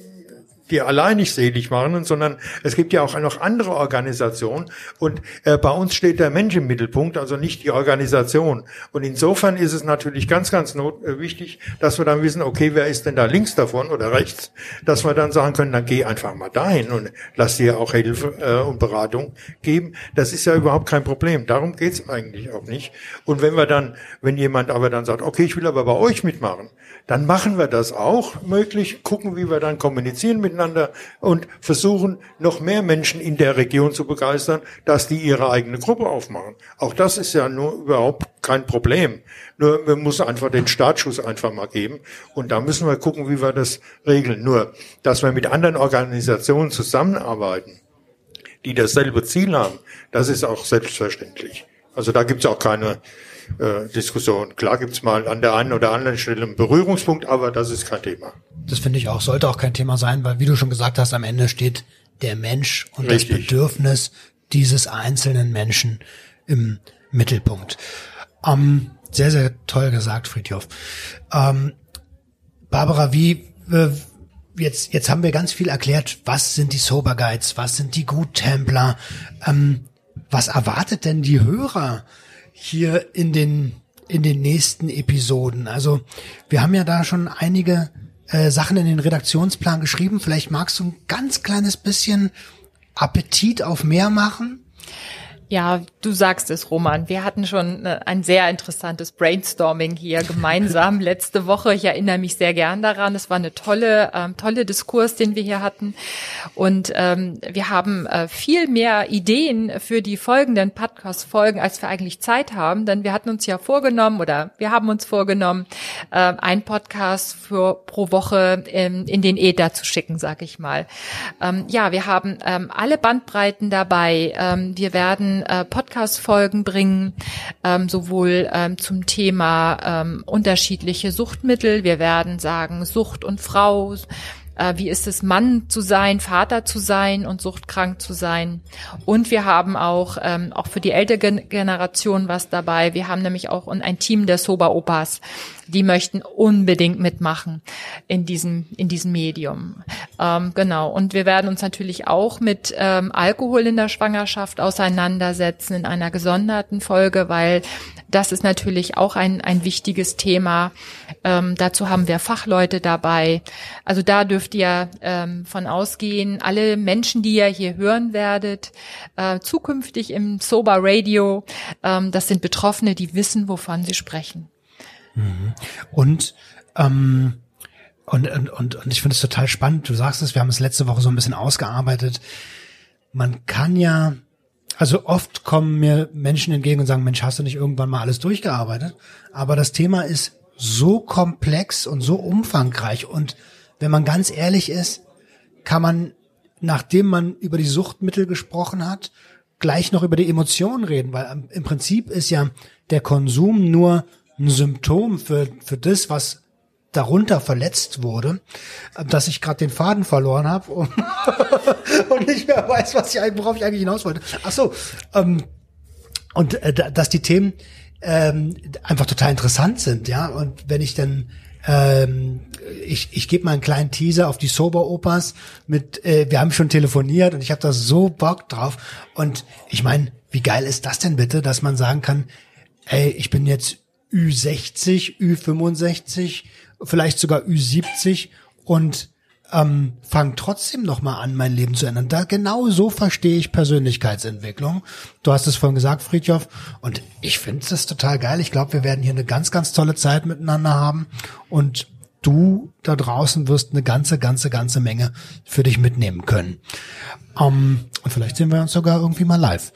die allein nicht selig machen, sondern es gibt ja auch noch andere Organisationen und äh, bei uns steht der Mensch im Mittelpunkt, also nicht die Organisation. Und insofern ist es natürlich ganz, ganz not, äh, wichtig, dass wir dann wissen, okay, wer ist denn da links davon oder rechts, dass wir dann sagen können, dann geh einfach mal dahin und lass dir auch Hilfe äh, und Beratung geben. Das ist ja überhaupt kein Problem. Darum geht's eigentlich auch nicht. Und wenn wir dann, wenn jemand aber dann sagt, okay, ich will aber bei euch mitmachen, dann machen wir das auch möglich, gucken, wie wir dann kommunizieren miteinander und versuchen, noch mehr Menschen in der Region zu begeistern, dass die ihre eigene Gruppe aufmachen. Auch das ist ja nur überhaupt kein Problem. Nur wir müssen einfach den Startschuss einfach mal geben und da müssen wir gucken, wie wir das regeln. Nur, dass wir mit anderen Organisationen zusammenarbeiten, die dasselbe Ziel haben, das ist auch selbstverständlich. Also da gibt's auch keine Äh, Diskussion. Klar gibt's mal an der einen oder anderen Stelle einen Berührungspunkt, aber das ist kein Thema. Das finde ich auch, sollte auch kein Thema sein, weil wie du schon gesagt hast, am Ende steht der Mensch und Richtig. Das Bedürfnis dieses einzelnen Menschen im Mittelpunkt. Ähm, sehr, sehr toll gesagt, Frithjof. Ähm, Barbara, wie äh, jetzt jetzt haben wir ganz viel erklärt, was sind die Sober Guides, was sind die Guttempler, ähm, was erwartet denn die Hörer hier in den in den nächsten Episoden? Also wir haben ja da schon einige äh, Sachen in den Redaktionsplan geschrieben. Vielleicht magst du ein ganz kleines bisschen Appetit auf mehr machen? Ja, du sagst es, Roman. Wir hatten schon ein sehr interessantes Brainstorming hier gemeinsam letzte Woche. Ich erinnere mich sehr gern daran. Es war eine tolle, ähm, tolle Diskurs, den wir hier hatten. Und ähm, wir haben äh, viel mehr Ideen für die folgenden Podcast-Folgen, als wir eigentlich Zeit haben. Denn wir hatten uns ja vorgenommen, oder wir haben uns vorgenommen, äh, einen Podcast für pro Woche in, in den Äther zu schicken, sag ich mal. Ähm, ja, wir haben ähm, alle Bandbreiten dabei. Ähm, wir werden äh, Podcast-Folgen bringen, ähm, sowohl ähm, zum Thema ähm, unterschiedliche Suchtmittel. Wir werden sagen Sucht und Frau, äh, wie ist es, Mann zu sein, Vater zu sein und suchtkrank zu sein. Und wir haben auch ähm, auch für die ältere Gen- Generation was dabei. Wir haben nämlich auch ein Team der Sober-Opas, die möchten unbedingt mitmachen in diesem in diesem Medium. Ähm, genau. Und wir werden uns natürlich auch mit ähm, Alkohol in der Schwangerschaft auseinandersetzen in einer gesonderten Folge, weil das ist natürlich auch ein ein wichtiges Thema. Ähm, dazu haben wir Fachleute dabei. Also da dürft ihr ähm, von ausgehen, alle Menschen, die ihr hier hören werdet, äh, zukünftig im Sober Radio, ähm, das sind Betroffene, die wissen, wovon sie sprechen. Und, ähm, und, und, und, und ich finde es total spannend. Du sagst es, wir haben es letzte Woche so ein bisschen ausgearbeitet. Man kann ja, also oft kommen mir Menschen entgegen und sagen, Mensch, hast du nicht irgendwann mal alles durchgearbeitet? Aber das Thema ist so komplex und so umfangreich. Und wenn man ganz ehrlich ist, kann man, nachdem man über die Suchtmittel gesprochen hat, gleich noch über die Emotionen reden. Weil im Prinzip ist ja der Konsum nur ein Symptom für für das, was darunter verletzt wurde, dass ich gerade den Faden verloren habe und, und nicht mehr weiß, was ich eigentlich, worauf ich eigentlich hinaus wollte. Ach so, ähm, und äh, dass die Themen ähm, einfach total interessant sind, ja. Und wenn ich dann ähm, ich, ich gebe mal einen kleinen Teaser auf die Sober-Opas mit, äh, wir haben schon telefoniert und ich habe da so Bock drauf. Und ich meine, wie geil ist das denn bitte, dass man sagen kann, ey, ich bin jetzt Ü sechzig, Ü fünfundsechzig, vielleicht sogar Ü siebzig und ähm, fange trotzdem noch mal an, mein Leben zu ändern. Da genau so verstehe ich Persönlichkeitsentwicklung. Du hast es vorhin gesagt, Frithjof, und ich finde das total geil. Ich glaube, wir werden hier eine ganz, ganz tolle Zeit miteinander haben und du da draußen wirst eine ganze, ganze, ganze Menge für dich mitnehmen können. Um, und vielleicht sehen wir uns sogar irgendwie mal live.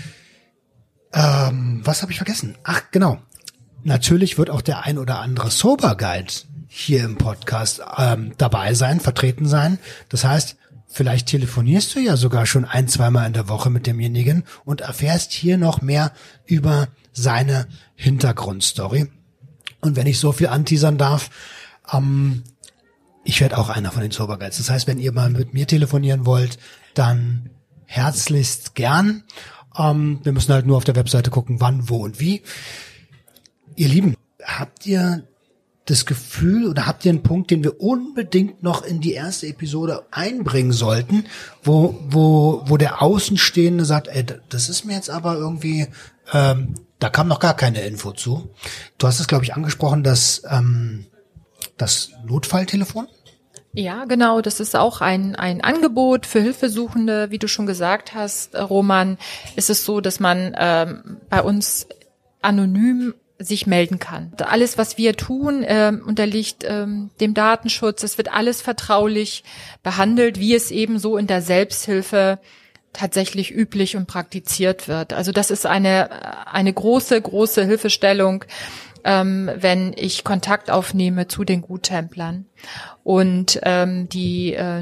Ähm, was habe ich vergessen? Ach, genau. Natürlich wird auch der ein oder andere Sober Guide hier im Podcast ähm, dabei sein, vertreten sein. Das heißt, vielleicht telefonierst du ja sogar schon ein-, zweimal in der Woche mit demjenigen und erfährst hier noch mehr über seine Hintergrundstory. Und wenn ich so viel anteasern darf, ähm, ich werde auch einer von den Sober Guides. Das heißt, wenn ihr mal mit mir telefonieren wollt, dann herzlichst gern. Ähm, wir müssen halt nur auf der Webseite gucken, wann, wo und wie. Ihr Lieben, habt ihr das Gefühl oder habt ihr einen Punkt, den wir unbedingt noch in die erste Episode einbringen sollten, wo wo wo der Außenstehende sagt, ey, das ist mir jetzt aber irgendwie, ähm, da kam noch gar keine Info zu. Du hast es, glaube ich, angesprochen, dass ähm, das Notfalltelefon? Ja, genau. Das ist auch ein ein Angebot für Hilfesuchende. Wie du schon gesagt hast, Roman, ist es so, dass man ähm, bei uns anonym sich melden kann. Alles, was wir tun, ähm, unterliegt ähm, dem Datenschutz. Es wird alles vertraulich behandelt, wie es eben so in der Selbsthilfe tatsächlich üblich und praktiziert wird. Also das ist eine eine große, große Hilfestellung, ähm, wenn ich Kontakt aufnehme zu den Guttemplern. Und ähm, die äh,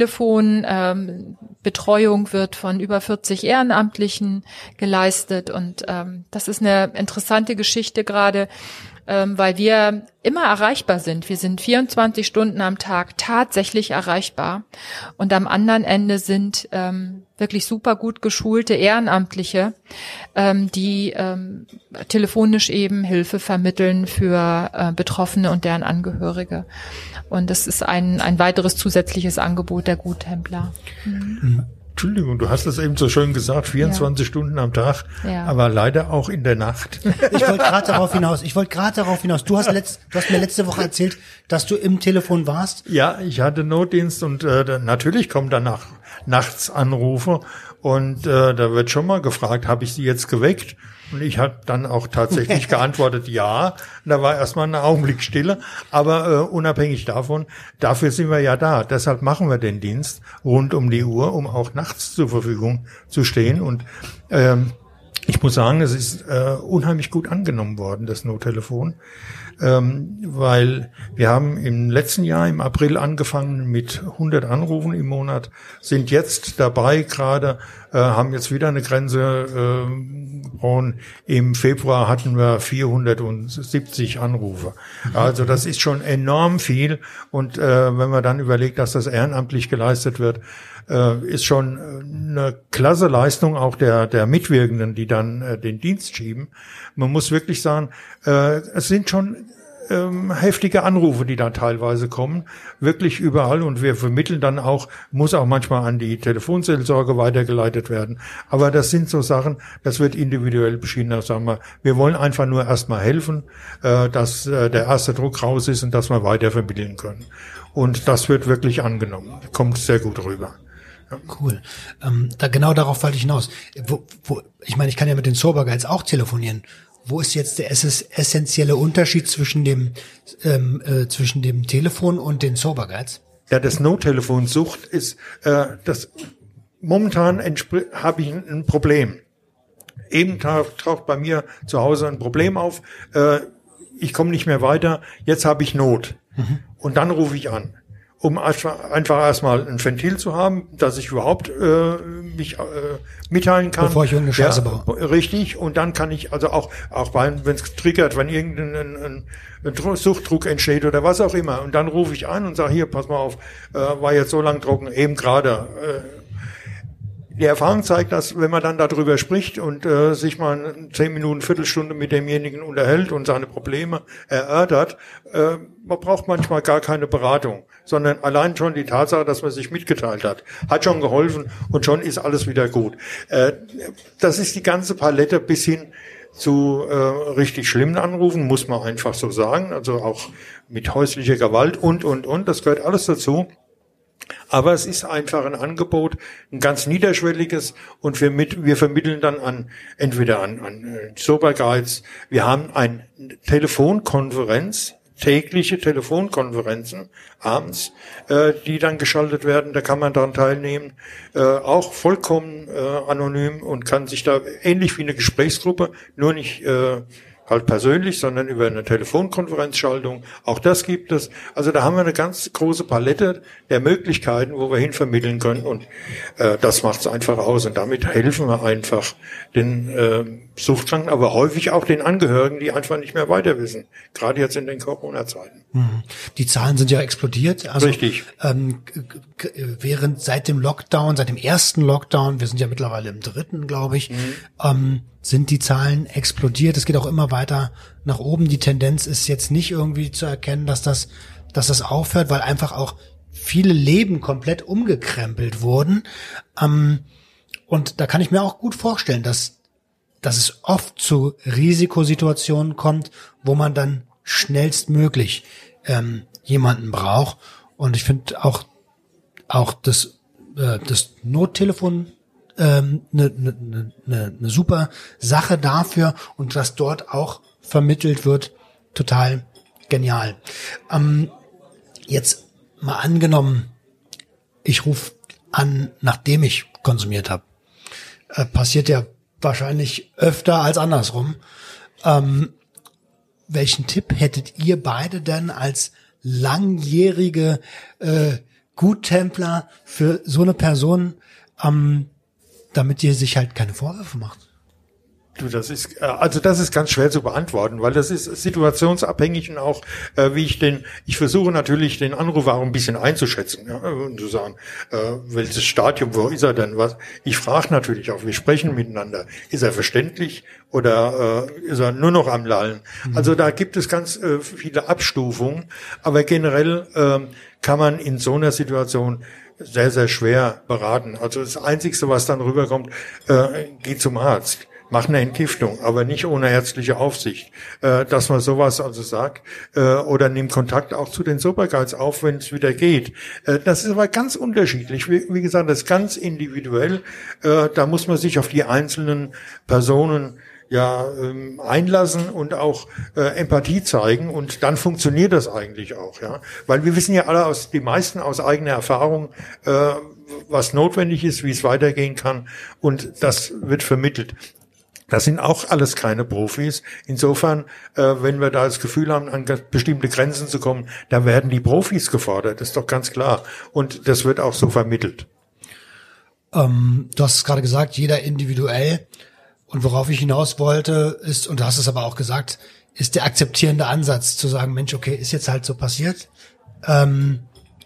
Nottelefon-Betreuung ähm, wird von über vierzig Ehrenamtlichen geleistet. Und ähm, das ist eine interessante Geschichte gerade, ähm, weil wir immer erreichbar sind. Wir sind vierundzwanzig Stunden am Tag tatsächlich erreichbar. Und am anderen Ende sind ähm, wirklich super gut geschulte Ehrenamtliche, ähm, die ähm, telefonisch eben Hilfe vermitteln für äh, Betroffene und deren Angehörige. Und das ist ein ein weiteres zusätzliches Angebot der Guttempler. Mhm. Entschuldigung, du hast es eben so schön gesagt, vierundzwanzig ja. Stunden am Tag, ja. aber leider auch in der Nacht. Ich wollte gerade darauf hinaus, ich wollte gerade darauf hinaus. Du hast, letzt, du hast mir letzte Woche erzählt, dass du im Telefon warst. Ja, ich hatte Notdienst und äh, natürlich kommen danach nachts Anrufe und äh, da wird schon mal gefragt, habe ich Sie jetzt geweckt? Und ich habe dann auch tatsächlich geantwortet, ja. Und da war erstmal ein Augenblick Stille. Aber äh, unabhängig davon, dafür sind wir ja da. Deshalb machen wir den Dienst rund um die Uhr, um auch nachts zur Verfügung zu stehen. Und ähm, ich muss sagen, es ist äh, unheimlich gut angenommen worden, das Nottelefon. Ähm, weil wir haben im letzten Jahr im April angefangen mit hundert Anrufen im Monat, sind jetzt dabei gerade, äh, haben jetzt wieder eine Grenze äh, gebrochen. Im Februar hatten wir vierhundertsiebzig Anrufe. Also das ist schon enorm viel und äh, wenn man dann überlegt, dass das ehrenamtlich geleistet wird, äh, ist schon eine klasse Leistung auch der der Mitwirkenden, die dann äh, den Dienst schieben. Man muss wirklich sagen, äh, es sind schon ähm, heftige Anrufe, die da teilweise kommen, wirklich überall, und wir vermitteln dann auch, muss auch manchmal an die Telefonseelsorge weitergeleitet werden. Aber das sind so Sachen, das wird individuell beschieden. Da sagen wir, wir wollen einfach nur erstmal helfen, äh, dass äh, der erste Druck raus ist und dass wir weiter vermitteln können. Und das wird wirklich angenommen, kommt sehr gut rüber. Ja. Cool. Ähm, da genau darauf wollte ich hinaus. Wo, wo, ich meine, ich kann ja mit den Sober Guides auch telefonieren. Wo ist jetzt der essentielle Unterschied zwischen dem ähm, äh, zwischen dem Telefon und den Sober Guides? Ja, das Nottelefonsucht ist äh, das. Momentan habe ich ein Problem. Eben taucht, taucht bei mir zu Hause ein Problem auf. Äh, ich komme nicht mehr weiter. Jetzt habe ich Not. Mhm. Und dann rufe ich an, um einfach, einfach erstmal ein Ventil zu haben, dass ich überhaupt äh, mich äh, mitteilen kann. Bevor ich irgendeine Scheiße ja, baue. Richtig. Und dann kann ich also auch, auch wenn es triggert, wenn irgendein ein, ein Suchtdruck entsteht oder was auch immer. Und dann rufe ich an und sage, hier, pass mal auf, äh, war jetzt so lang trocken, eben gerade. Äh, die Erfahrung zeigt, dass wenn man dann darüber spricht und äh, sich mal zehn Minuten, Viertelstunde mit demjenigen unterhält und seine Probleme erörtert, äh, man braucht manchmal gar keine Beratung, sondern allein schon die Tatsache, dass man sich mitgeteilt hat, hat schon geholfen und schon ist alles wieder gut. Äh, das ist die ganze Palette bis hin zu äh, richtig schlimmen Anrufen, muss man einfach so sagen, also auch mit häuslicher Gewalt und, und, und, das gehört alles dazu. Aber es ist einfach ein Angebot, ein ganz niederschwelliges, und wir, mit, wir vermitteln dann an entweder an, an äh, Sober Guides. Wir haben eine Telefonkonferenz, tägliche Telefonkonferenzen abends, äh, die dann geschaltet werden. Da kann man daran teilnehmen, äh, auch vollkommen äh, anonym, und kann sich da ähnlich wie eine Gesprächsgruppe, nur nicht äh, halt persönlich, sondern über eine Telefonkonferenzschaltung. Auch das gibt es. Also da haben wir eine ganz große Palette der Möglichkeiten, wo wir hin vermitteln können, und äh, das macht es einfach aus. Und damit helfen wir einfach den äh, Suchtkranken, aber häufig auch den Angehörigen, die einfach nicht mehr weiter wissen. Gerade jetzt in den Corona-Zeiten. Die Zahlen sind ja explodiert. Also, Richtig. Ähm, während seit dem Lockdown, seit dem ersten Lockdown, wir sind ja mittlerweile im dritten, glaube ich, mhm. ähm, sind die Zahlen explodiert. Es geht auch immer weiter nach oben. Die Tendenz ist jetzt nicht irgendwie zu erkennen, dass das, dass das aufhört, weil einfach auch viele Leben komplett umgekrempelt wurden. Ähm, und da kann ich mir auch gut vorstellen, dass, dass es oft zu Risikosituationen kommt, wo man dann schnellstmöglich ähm, jemanden braucht. Und ich finde auch, auch das, äh, das Nottelefon eine ne, ne, ne, ne super Sache dafür, und dass dort auch vermittelt wird, total genial. Ähm, jetzt mal angenommen, ich rufe an, nachdem ich konsumiert habe. Äh, passiert ja wahrscheinlich öfter als andersrum. Ähm, welchen Tipp hättet ihr beide denn als langjährige äh, Guttempler für so eine Person, ähm, damit ihr sich halt keine Vorwürfe macht? Du, das ist, also das ist ganz schwer zu beantworten, weil das ist situationsabhängig, und auch, äh, wie ich den, ich versuche natürlich den Anrufer auch ein bisschen einzuschätzen, ja, und zu sagen, äh, welches Stadium, wo ist er denn, was? Ich frage natürlich auch, wir sprechen miteinander. Ist er verständlich oder äh, ist er nur noch am Lallen? Mhm. Also da gibt es ganz äh, viele Abstufungen, aber generell äh, kann man in so einer Situation sehr, sehr schwer beraten. Also das Einzige, was dann rüberkommt, äh, geht zum Arzt, macht eine Entgiftung, aber nicht ohne ärztliche Aufsicht. Äh, dass man sowas also sagt, äh, oder nimmt Kontakt auch zu den Sober Guides auf, wenn es wieder geht. Äh, das ist aber ganz unterschiedlich. Wie, wie gesagt, das ist ganz individuell. Äh, da muss man sich auf die einzelnen Personen ja ähm, einlassen und auch äh, Empathie zeigen, und dann funktioniert das eigentlich auch, ja, weil wir wissen ja alle aus die meisten aus eigener Erfahrung, äh, was notwendig ist, wie es weitergehen kann, und das wird vermittelt. Das sind auch alles keine Profis. Insofern, äh, wenn wir da das Gefühl haben, an bestimmte Grenzen zu kommen, da werden die Profis gefordert, das ist doch ganz klar, und das wird auch so vermittelt. Ähm, du hast es gerade gesagt, jeder individuell. Und worauf ich hinaus wollte, ist, und du hast es aber auch gesagt, ist der akzeptierende Ansatz, zu sagen, Mensch, okay, ist jetzt halt so passiert. Ähm,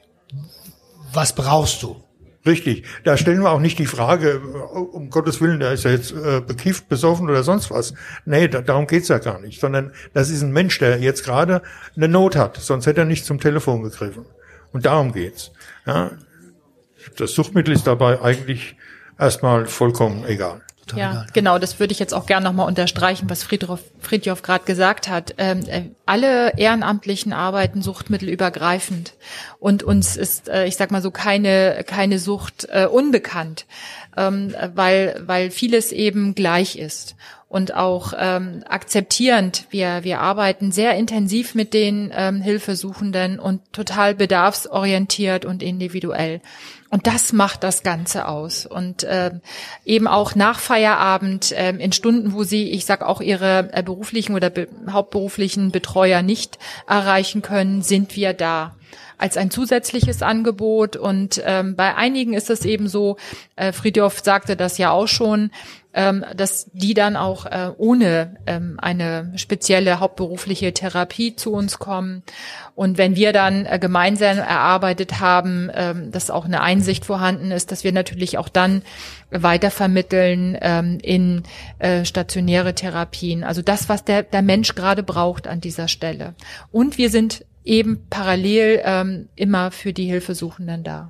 was brauchst du? Richtig. Da stellen wir auch nicht die Frage, um Gottes Willen, der ist ja jetzt äh, bekifft, besoffen oder sonst was. Nee, da, darum geht's ja gar nicht. Sondern das ist ein Mensch, der jetzt gerade eine Not hat. Sonst hätte er nicht zum Telefon gegriffen. Und darum geht's. Ja, das Suchtmittel ist dabei eigentlich erstmal vollkommen egal. Total ja, egal. Genau, das würde ich jetzt auch gerne nochmal unterstreichen, was Friedhof, Friedhof gerade gesagt hat. Ähm, äh, alle Ehrenamtlichen arbeiten suchtmittelübergreifend, und uns ist, äh, ich sag mal so, keine keine Sucht äh, unbekannt, ähm, weil weil vieles eben gleich ist. Und auch ähm, akzeptierend. Wir wir arbeiten sehr intensiv mit den ähm, Hilfesuchenden und total bedarfsorientiert und individuell. Und das macht das Ganze aus. Und äh, eben auch nach Feierabend, äh, in Stunden, wo sie, ich sag auch, ihre äh, beruflichen oder be- hauptberuflichen Betreuer nicht erreichen können, sind wir da. als ein zusätzliches Angebot. Und ähm, bei einigen ist es eben so, äh, Fridtjof sagte das ja auch schon, ähm, dass die dann auch äh, ohne ähm, eine spezielle hauptberufliche Therapie zu uns kommen. Und wenn wir dann äh, gemeinsam erarbeitet haben, ähm, dass auch eine Einsicht vorhanden ist, dass wir natürlich auch dann weitervermitteln ähm, in äh, stationäre Therapien. Also das, was der, der Mensch gerade braucht an dieser Stelle. Und wir sind eben parallel ähm, immer für die Hilfesuchenden da.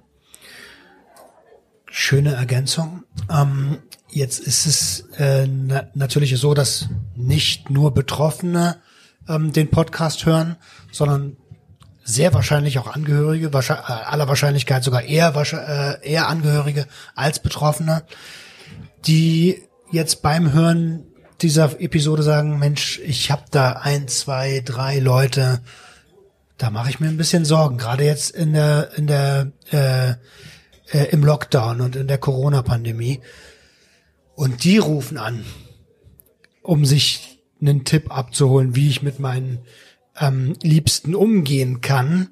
Schöne Ergänzung. Ähm, jetzt ist es äh, na- natürlich so, dass nicht nur Betroffene ähm, den Podcast hören, sondern sehr wahrscheinlich auch Angehörige, wahrscheinlich, aller Wahrscheinlichkeit sogar eher, äh, eher Angehörige als Betroffene, die jetzt beim Hören dieser Episode sagen, Mensch, ich habe da ein, zwei, drei Leute, da mache ich mir ein bisschen Sorgen, gerade jetzt in der in der äh, äh, im Lockdown und in der Corona-Pandemie. Und die rufen an, um sich einen Tipp abzuholen, wie ich mit meinen ähm, Liebsten umgehen kann.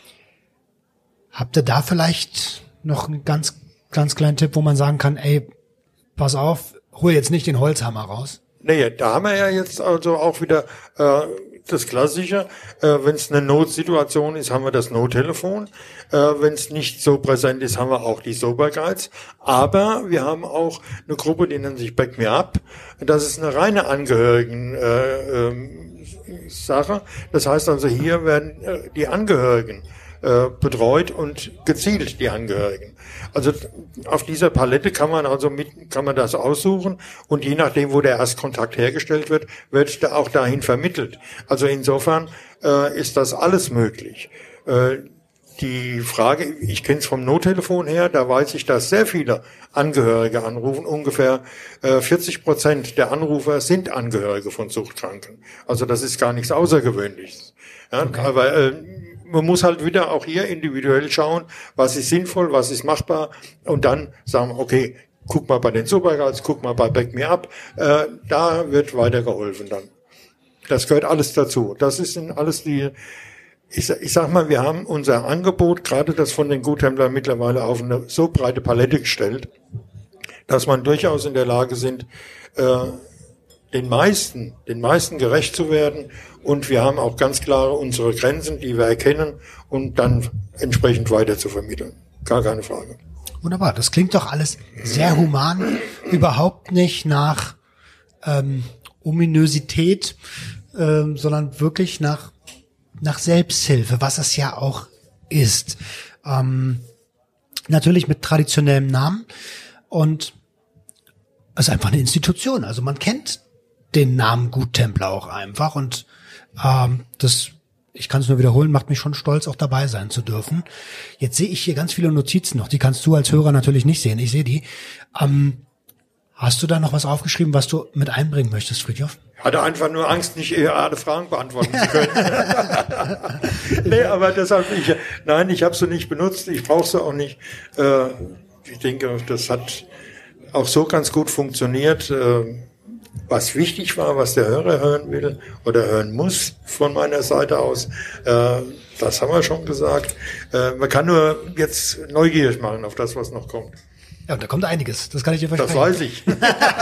Habt ihr da vielleicht noch einen ganz ganz kleinen Tipp, wo man sagen kann, ey, pass auf, hol jetzt nicht den Holzhammer raus? Nee, da haben wir ja jetzt also auch wieder äh, das Klassische. Äh, wenn es eine Notsituation ist, haben wir das Nottelefon. Äh, wenn es nicht so präsent ist, haben wir auch die Sober Guides. Aber wir haben auch eine Gruppe, die nennt sich Back Me Up. Das ist eine reine Angehörigen äh, ähm, Sache. Das heißt also, hier werden äh, die Angehörigen äh, betreut und gezielt die Angehörigen. Also auf dieser Palette kann man also mit, kann man das aussuchen und je nachdem, wo der Erstkontakt hergestellt wird, wird da auch dahin vermittelt. Also insofern äh, ist das alles möglich. Äh, die Frage, ich kenne es vom Nottelefon her, da weiß ich, dass sehr viele Angehörige anrufen. Ungefähr äh, vierzig Prozent der Anrufer sind Angehörige von Suchtkranken. Also das ist gar nichts Außergewöhnliches. Ja, okay. Aber äh, man muss halt wieder auch hier individuell schauen, was ist sinnvoll, was ist machbar und dann sagen, okay, guck mal bei den Superguides, guck mal bei Back Me Up, äh, da wird weitergeholfen dann. Das gehört alles dazu. Das ist alles die, ich, ich sag mal, wir haben unser Angebot, gerade das von den Guthändlern mittlerweile auf eine so breite Palette gestellt, dass man durchaus in der Lage sind, äh, den meisten, den meisten gerecht zu werden. Und wir haben auch ganz klare unsere Grenzen, die wir erkennen und dann entsprechend weiter zu vermitteln. Gar keine Frage. Wunderbar. Das klingt doch alles sehr human, überhaupt nicht nach ähm, Ominösität, ähm, sondern wirklich nach nach Selbsthilfe, was es ja auch ist. Ähm, natürlich mit traditionellem Namen und es ist einfach eine Institution. Also man kennt den Namen Guttempler auch einfach und ähm, das, ich kann es nur wiederholen, macht mich schon stolz, auch dabei sein zu dürfen. Jetzt sehe ich hier ganz viele Notizen noch, die kannst du als Hörer natürlich nicht sehen, ich sehe die. Ähm, hast du da noch was aufgeschrieben, was du mit einbringen möchtest, Fridtjof? Ich hatte einfach nur Angst, nicht eher alle Fragen beantworten zu können. Nee, aber deshalb, ich, nein, ich habe sie nicht benutzt, ich brauche sie auch nicht. Äh, ich denke, das hat auch so ganz gut funktioniert. Äh, Was wichtig war, was der Hörer hören will oder hören muss von meiner Seite aus, äh, das haben wir schon gesagt. Äh, man kann nur jetzt neugierig machen auf das, was noch kommt. Ja, und da kommt einiges, das kann ich dir versprechen. Das weiß ich.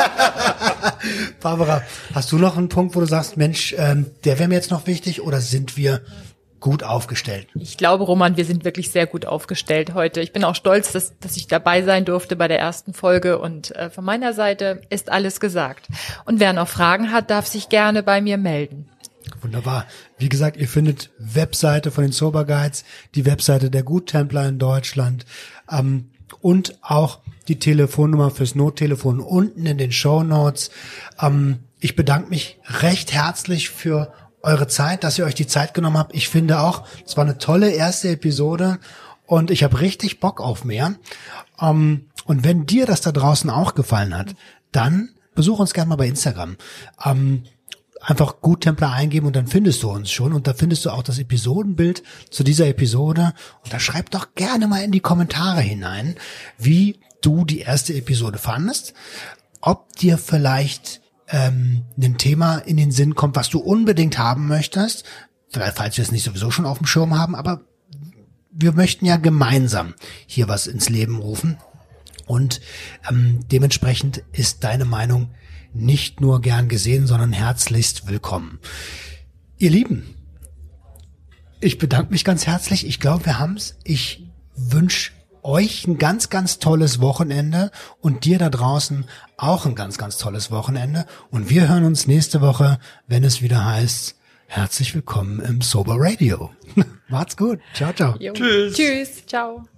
Barbara, hast du noch einen Punkt, wo du sagst, Mensch, ähm, der wäre mir jetzt noch wichtig oder sind wir gut aufgestellt? Ich glaube, Roman, wir sind wirklich sehr gut aufgestellt heute. Ich bin auch stolz, dass, dass ich dabei sein durfte bei der ersten Folge und äh, von meiner Seite ist alles gesagt. Und wer noch Fragen hat, darf sich gerne bei mir melden. Wunderbar. Wie gesagt, ihr findet Webseite von den Sober Guides, die Webseite der Guttempler in Deutschland ähm, und auch die Telefonnummer fürs Nottelefon unten in den Shownotes. Ähm, ich bedanke mich recht herzlich für eure Zeit, dass ihr euch die Zeit genommen habt. Ich finde auch, es war eine tolle erste Episode und ich habe richtig Bock auf mehr. Um, und wenn dir das da draußen auch gefallen hat, dann besuch uns gerne mal bei Instagram. Um, einfach Guttempler eingeben und dann findest du uns schon und da findest du auch das Episodenbild zu dieser Episode und da schreib doch gerne mal in die Kommentare hinein, wie du die erste Episode fandest, ob dir vielleicht ähm, ein Thema in den Sinn kommt, was du unbedingt haben möchtest, vielleicht falls wir es nicht sowieso schon auf dem Schirm haben, aber wir möchten ja gemeinsam hier was ins Leben rufen. Und ähm, dementsprechend ist deine Meinung nicht nur gern gesehen, sondern herzlichst willkommen. Ihr Lieben, ich bedanke mich ganz herzlich. Ich glaube, wir haben's. Ich wünsche euch ein ganz, ganz tolles Wochenende und dir da draußen auch ein ganz, ganz tolles Wochenende. Und wir hören uns nächste Woche, wenn es wieder heißt, herzlich willkommen im Sober Radio. Macht's gut. Ciao, ciao. Jo. Tschüss. Tschüss. Ciao.